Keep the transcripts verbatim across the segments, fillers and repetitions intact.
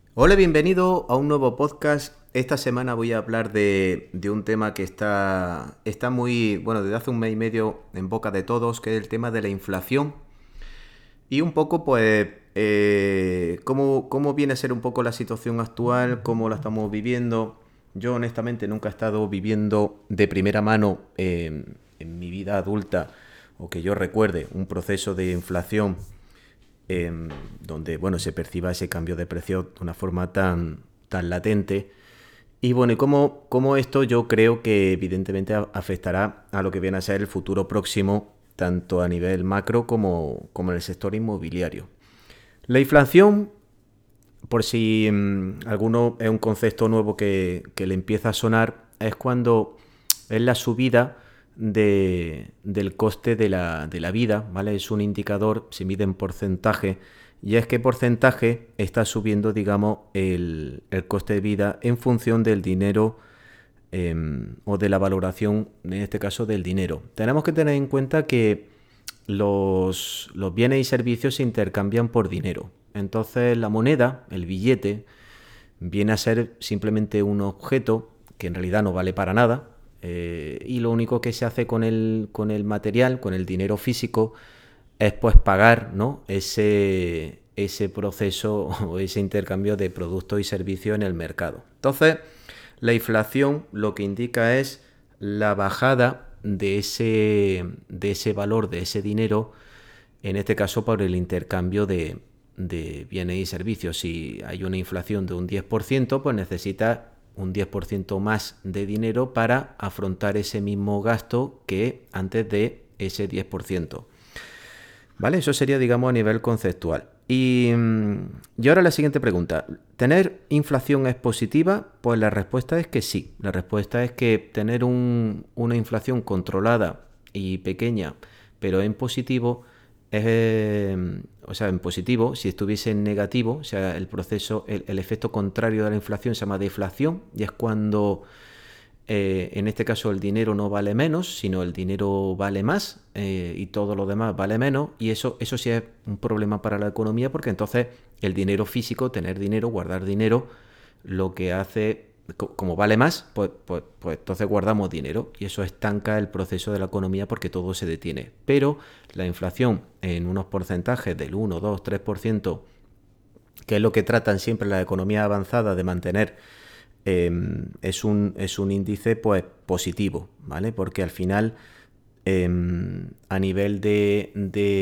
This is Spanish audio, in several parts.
Hola, bienvenido a un nuevo podcast. Esta semana voy a hablar de, de un tema que está, está muy, bueno, desde hace un mes y medio en boca de todos, que es el tema de la inflación. Y un poco, pues, eh, cómo, cómo viene a ser un poco la situación actual, cómo la estamos viviendo. Yo, honestamente, nunca he estado viviendo de primera mano eh, en mi vida adulta, o que yo recuerde, un proceso de inflación eh, donde bueno, se perciba ese cambio de precio de una forma tan, tan latente. Y bueno, y cómo, cómo esto yo creo que evidentemente afectará a lo que viene a ser el futuro próximo, tanto a nivel macro como, como en el sector inmobiliario. La inflación, por si mmm, alguno es un concepto nuevo que, que le empieza a sonar, es cuando es la subida de, del coste de la, de la vida, ¿vale? Es un indicador, se mide en porcentaje, y es que porcentaje está subiendo, digamos, el, el coste de vida en función del dinero eh, o de la valoración, en este caso, del dinero. Tenemos que tener en cuenta que los, los bienes y servicios se intercambian por dinero. Entonces la moneda, el billete, viene a ser simplemente un objeto que en realidad no vale para nada, eh, y lo único que se hace con el, con el material, con el dinero físico, es pues pagar, ¿no? ese, ese proceso o ese intercambio de productos y servicios en el mercado. Entonces, la inflación lo que indica es la bajada de ese, de ese valor, de ese dinero, en este caso por el intercambio de, de bienes y servicios. Si hay una inflación de un diez por ciento, pues necesita un diez por ciento más de dinero para afrontar ese mismo gasto que antes de ese diez por ciento. ¿Vale? Eso sería, digamos, a nivel conceptual. Y, y ahora la siguiente pregunta. ¿Tener inflación es positiva? Pues la respuesta es que sí. La respuesta es que tener un, una inflación controlada y pequeña, pero en positivo, es, eh, o sea, en positivo, si estuviese en negativo, o sea, el proceso, el, el efecto contrario de la inflación se llama deflación, y es cuando eh, en este caso el dinero no vale menos, sino el dinero vale más, eh, y todo lo demás vale menos, y eso, eso sí es un problema para la economía, porque entonces el dinero físico, tener dinero, guardar dinero, lo que hace, como vale más, pues, pues, pues entonces guardamos dinero, y eso estanca el proceso de la economía porque todo se detiene. Pero la inflación en unos porcentajes del uno, dos, tres por ciento, que es lo que tratan siempre las economías avanzadas de mantener, eh, es, un, es un índice pues positivo, ¿vale? Porque al final, eh, a nivel de,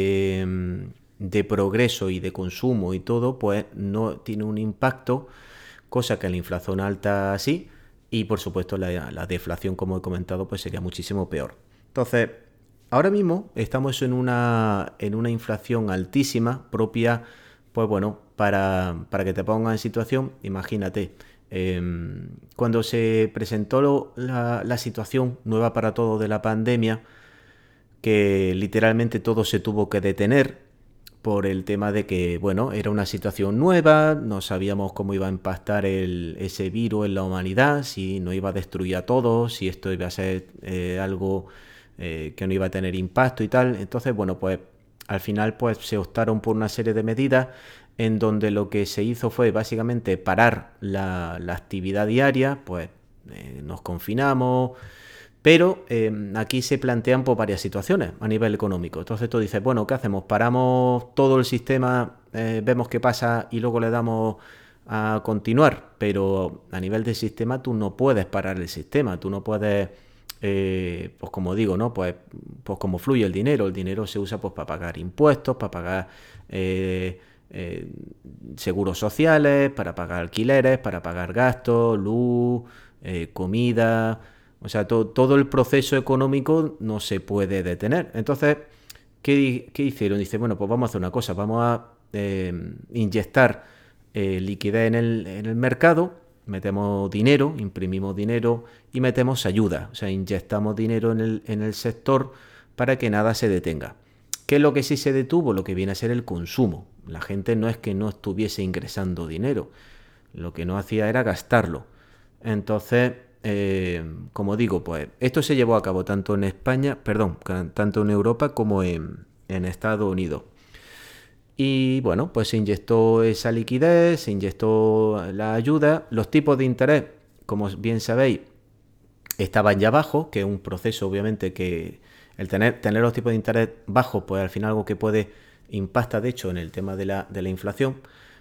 de, de progreso y de consumo y todo, pues no tiene un impacto, cosa que la inflación alta sí, y por supuesto la, la deflación, como he comentado, pues sería muchísimo peor. Entonces, ahora mismo estamos en una, en una inflación altísima, propia, pues bueno, para, para que te pongas en situación, imagínate, eh, cuando se presentó lo, la, la situación nueva para todos de la pandemia, que literalmente todo se tuvo que detener por el tema de que, bueno, era una situación nueva, no sabíamos cómo iba a impactar el, ese virus en la humanidad, si no iba a destruir a todos, si esto iba a ser eh, algo eh, que no iba a tener impacto y tal. Entonces, bueno, pues al final pues se optaron por una serie de medidas en donde lo que se hizo fue básicamente parar la, la actividad diaria, pues eh, nos confinamos, pero eh, aquí se plantean pues, varias situaciones a nivel económico. Entonces tú dices, bueno, ¿qué hacemos? ¿Paramos todo el sistema, eh, vemos qué pasa y luego le damos a continuar? Pero a nivel del sistema tú no puedes parar el sistema, tú no puedes, eh, pues como digo, ¿no? Pues, pues como fluye el dinero, el dinero se usa pues para pagar impuestos, para pagar eh, eh, seguros sociales, para pagar alquileres, para pagar gastos, luz, eh, comida. O sea, to, todo el proceso económico no se puede detener. Entonces, ¿qué, qué hicieron? Dice, bueno, pues vamos a hacer una cosa, vamos a eh, inyectar eh, liquidez en el, en el mercado, metemos dinero, imprimimos dinero y metemos ayuda. O sea, inyectamos dinero en el, en el sector para que nada se detenga. ¿Qué es lo que sí se detuvo? Lo que viene a ser el consumo. La gente no es que no estuviese ingresando dinero, lo que no hacía era gastarlo. Entonces, eh, como digo, pues esto se llevó a cabo tanto en España, perdón, tanto en Europa como en, en Estados Unidos. y bueno, pues se inyectó esa liquidez, se inyectó la ayuda. Los tipos de interés, como bien sabéis, estaban ya bajos, que es un proceso obviamente que el tener, tener los tipos de interés bajos, pues al final algo que puede impacta de hecho en el tema de la, de la inflación.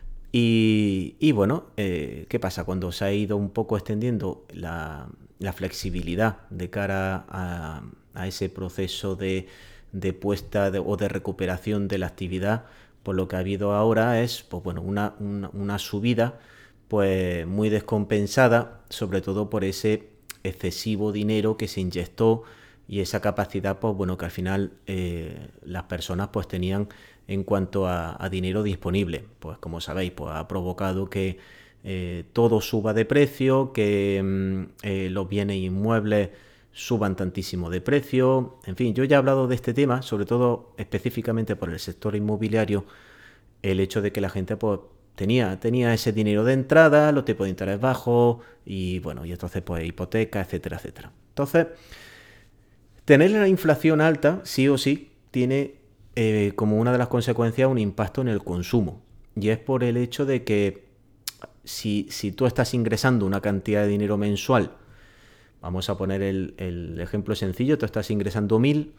Y, y bueno, eh, ¿qué pasa? Cuando se ha ido un poco extendiendo la, la flexibilidad de cara a, a ese proceso de, de puesta de, o de recuperación de la actividad, pues lo que ha habido ahora es pues bueno, una, una, una subida pues muy descompensada, sobre todo por ese excesivo dinero que se inyectó y esa capacidad, pues bueno, que al final eh, las personas pues tenían en cuanto a, a dinero disponible. Pues como sabéis, pues ha provocado que eh, todo suba de precio, que mm, eh, los bienes inmuebles suban tantísimo de precio. En fin, yo ya he hablado de este tema, sobre todo específicamente por el sector inmobiliario, el hecho de que la gente pues tenía, tenía ese dinero de entrada, los tipos de interés bajos y bueno, y entonces pues hipoteca, etcétera, etcétera. Entonces, tener la inflación alta, sí o sí, tiene eh, como una de las consecuencias un impacto en el consumo. Y es por el hecho de que si, si tú estás ingresando una cantidad de dinero mensual, vamos a poner el, el ejemplo sencillo, tú estás ingresando mil,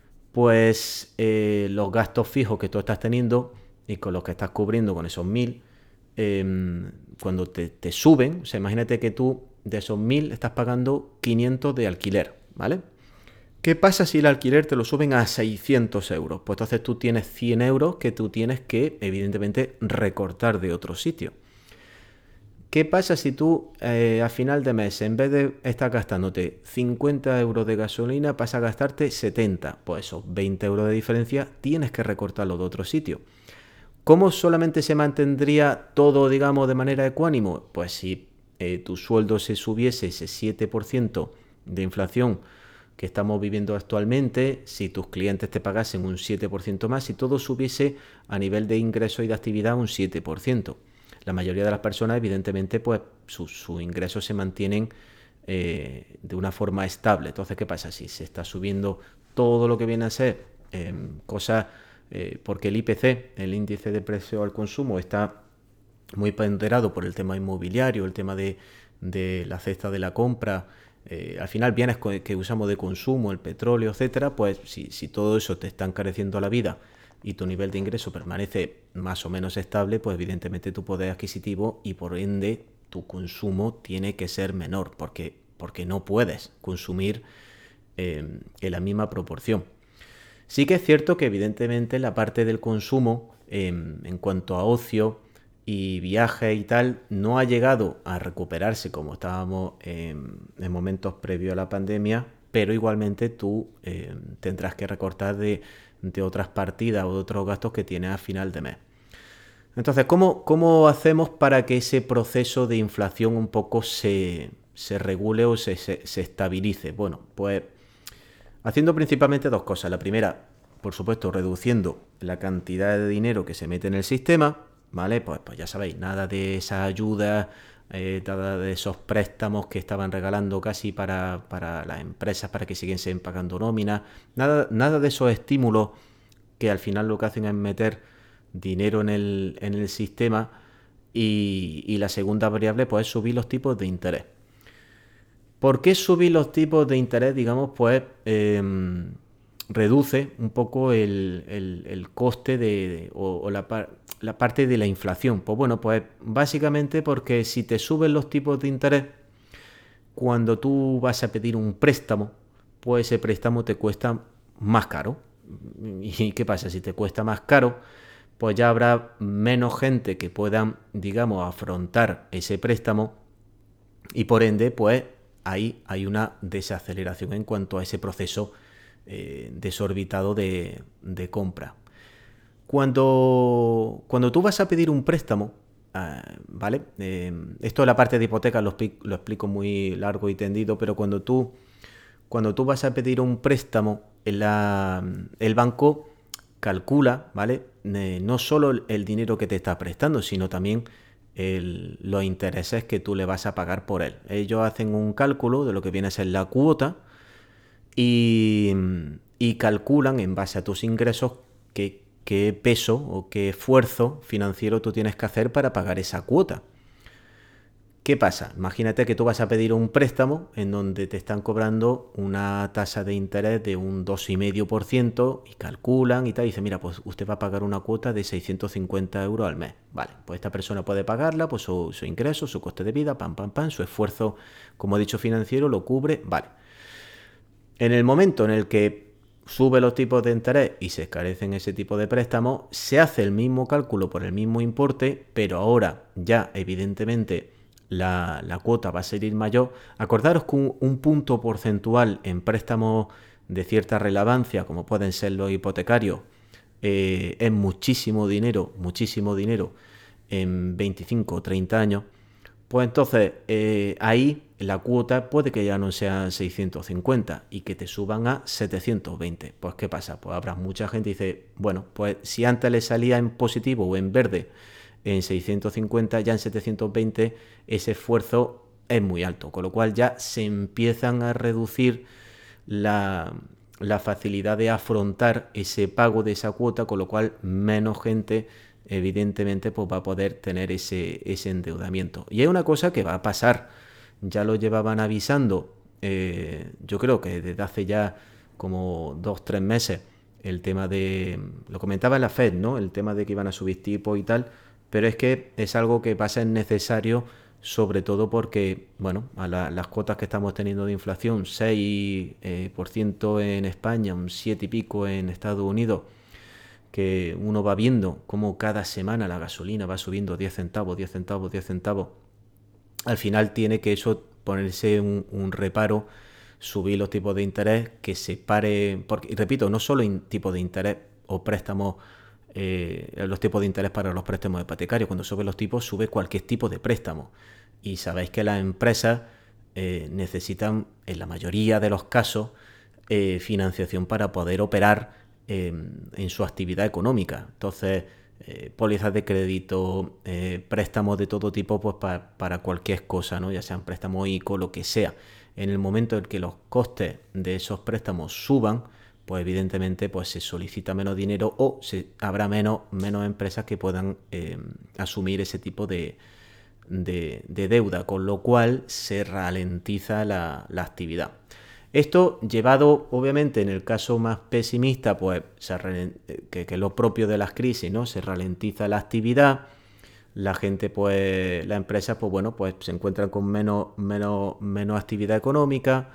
pues eh, los gastos fijos que tú estás teniendo y con los que estás cubriendo con esos mil, eh, cuando te, te suben, o sea, imagínate que tú de esos mil estás pagando quinientos de alquiler, ¿vale? ¿Qué pasa si el alquiler te lo suben a seiscientos euros? Pues entonces tú tienes cien euros que tú tienes que, evidentemente, recortar de otro sitio. ¿Qué pasa si tú eh, a final de mes, en vez de estar gastándote cincuenta euros de gasolina, pasas a gastarte setenta? Pues esos veinte euros de diferencia tienes que recortarlo de otro sitio. ¿Cómo solamente se mantendría todo, digamos, de manera ecuánimo? Pues si eh, tu sueldo se subiese ese siete por ciento de inflación que estamos viviendo actualmente, si tus clientes te pagasen un siete por ciento más, si todo subiese a nivel de ingreso y de actividad un siete por ciento. La mayoría de las personas, evidentemente, pues sus su ingresos se mantienen eh, de una forma estable. Entonces, ¿qué pasa? Si se está subiendo todo lo que viene a ser eh, cosas, eh, porque el I P C, el índice de precio al consumo, está muy ponderado por el tema inmobiliario, el tema de, de la cesta de la compra, eh, al final bienes que usamos de consumo, el petróleo, etcétera, pues si, si todo eso te está encareciendo la vida y tu nivel de ingreso permanece más o menos estable, pues evidentemente tu poder adquisitivo y por ende tu consumo tiene que ser menor, porque, porque no puedes consumir eh, en la misma proporción. Sí que es cierto que evidentemente la parte del consumo eh, en cuanto a ocio y viajes y tal no ha llegado a recuperarse como estábamos en, en momentos previos a la pandemia, pero igualmente tú eh, tendrás que recortar de, de otras partidas o de otros gastos que tienes a final de mes. Entonces, ¿cómo, cómo hacemos para que ese proceso de inflación un poco se, se regule o se, se, se estabilice? Bueno, pues haciendo principalmente dos cosas. La primera, por supuesto, reduciendo la cantidad de dinero que se mete en el sistema, ¿vale? Pues, pues ya sabéis, nada de esa ayuda, eh, nada de esos préstamos que estaban regalando casi para, para las empresas para que siguiesen pagando nóminas, nada, nada de esos estímulos que al final lo que hacen es meter dinero en el, en el sistema y, y la segunda variable pues es subir los tipos de interés. ¿Por qué subir los tipos de interés? Digamos, pues eh, reduce un poco el, el, el coste de, de o, o la, par, la parte de la inflación. Pues bueno, pues básicamente porque si te suben los tipos de interés, cuando tú vas a pedir un préstamo, pues ese préstamo te cuesta más caro. ¿Y qué pasa? Si te cuesta más caro, pues ya habrá menos gente que puedan, digamos, afrontar ese préstamo y por ende, pues ahí hay una desaceleración en cuanto a ese proceso eh, desorbitado de, de compra. Cuando, cuando tú vas a pedir un préstamo, eh, ¿vale? Eh, esto de la parte de hipoteca lo, lo explico muy largo y tendido, pero cuando tú, cuando tú vas a pedir un préstamo, la, el banco calcula, ¿vale? Eh, no solo el dinero que te está prestando, sino también El, los intereses que tú le vas a pagar por él. Ellos hacen un cálculo de lo que viene a ser la cuota y, y calculan en base a tus ingresos qué, qué peso o qué esfuerzo financiero tú tienes que hacer para pagar esa cuota. ¿Qué pasa? Imagínate que tú vas a pedir un préstamo en donde te están cobrando una tasa de interés de un dos coma cinco por ciento y calculan y tal, y dicen, mira, pues usted va a pagar una cuota de seiscientos cincuenta euros al mes. Vale, pues esta persona puede pagarla, pues su, su ingreso, su coste de vida, pam, pam, pam, su esfuerzo, como he dicho, financiero, lo cubre, vale. En el momento en el que sube los tipos de interés y se escarecen ese tipo de préstamos, se hace el mismo cálculo por el mismo importe, pero ahora ya evidentemente La, la cuota va a salir mayor. Acordaros que un, un punto porcentual en préstamos de cierta relevancia, como pueden ser los hipotecarios, eh, es muchísimo dinero, muchísimo dinero en veinticinco o treinta años. Pues entonces eh, ahí la cuota puede que ya no sea seiscientos cincuenta y que te suban a setecientos veinte. Pues ¿qué pasa? Pues habrá mucha gente que dice, bueno, pues si antes le salía en positivo o en verde en seiscientos cincuenta, ya en setecientos veinte ese esfuerzo es muy alto, con lo cual ya se empiezan a reducir la, la facilidad de afrontar ese pago de esa cuota, con lo cual menos gente evidentemente pues va a poder tener ese, ese endeudamiento. Y es una cosa que va a pasar, ya lo llevaban avisando, eh, yo creo que desde hace ya como dos, tres meses, el tema de, lo comentaba en la Fed, ¿no? El tema de que iban a subir tipos y tal, pero es que es algo que va a ser necesario, sobre todo porque, bueno, a la, las cuotas que estamos teniendo de inflación, seis por ciento en España, un siete y pico en Estados Unidos, que uno va viendo cómo cada semana la gasolina va subiendo diez centavos, diez centavos, diez centavos, al final tiene que eso ponerse un, un reparo, subir los tipos de interés, que se pare, porque, y repito, no solo en tipo de interés o préstamos, eh, los tipos de interés para los préstamos hipotecarios, cuando suben los tipos, sube cualquier tipo de préstamo. Y sabéis que las empresas eh, necesitan, en la mayoría de los casos, eh, financiación para poder operar eh, en su actividad económica. Entonces, eh, pólizas de crédito, eh, préstamos de todo tipo, pues pa, para cualquier cosa, ¿no? Ya sean préstamos I C O, lo que sea. En el momento en que los costes de esos préstamos suban, pues evidentemente pues se solicita menos dinero o se, habrá menos, menos empresas que puedan eh, asumir ese tipo de, de, de deuda, con lo cual se ralentiza la, la actividad. Esto llevado, obviamente, en el caso más pesimista, pues se que, que es lo propio de las crisis, ¿no? Se ralentiza la actividad, la gente, pues, las empresas, pues bueno, pues se encuentran con menos, menos, menos actividad económica,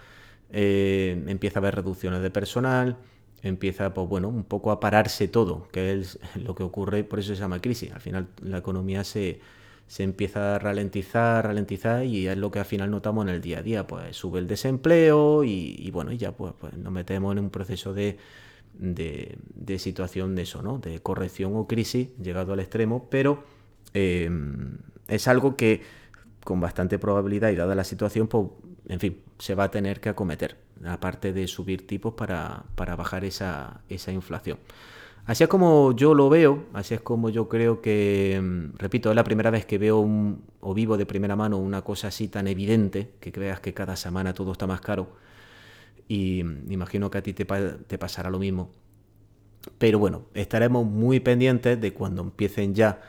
eh, empieza a haber reducciones de personal, empieza, pues bueno, un poco a pararse todo, que es lo que ocurre, por eso se llama crisis. Al final la economía se, se empieza a ralentizar, ralentizar y es lo que al final notamos en el día a día, pues sube el desempleo y, y bueno, y ya pues, pues nos metemos en un proceso de, de, de situación de eso, ¿no? De corrección o crisis, llegado al extremo, pero eh, es algo que con bastante probabilidad y dada la situación, pues en fin, se va a tener que acometer, aparte de subir tipos para, para bajar esa, esa inflación. Así es como yo lo veo, así es como yo creo que, repito, es la primera vez que veo un, o vivo de primera mano una cosa así tan evidente, que veas que cada semana todo está más caro, y imagino que a ti te, te pasará lo mismo. Pero bueno, estaremos muy pendientes de cuando empiecen ya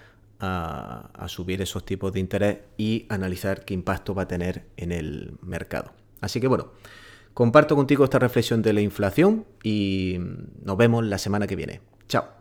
A, a subir esos tipos de interés y analizar qué impacto va a tener en el mercado. Así que bueno, comparto contigo esta reflexión de la inflación y nos vemos la semana que viene. Chao.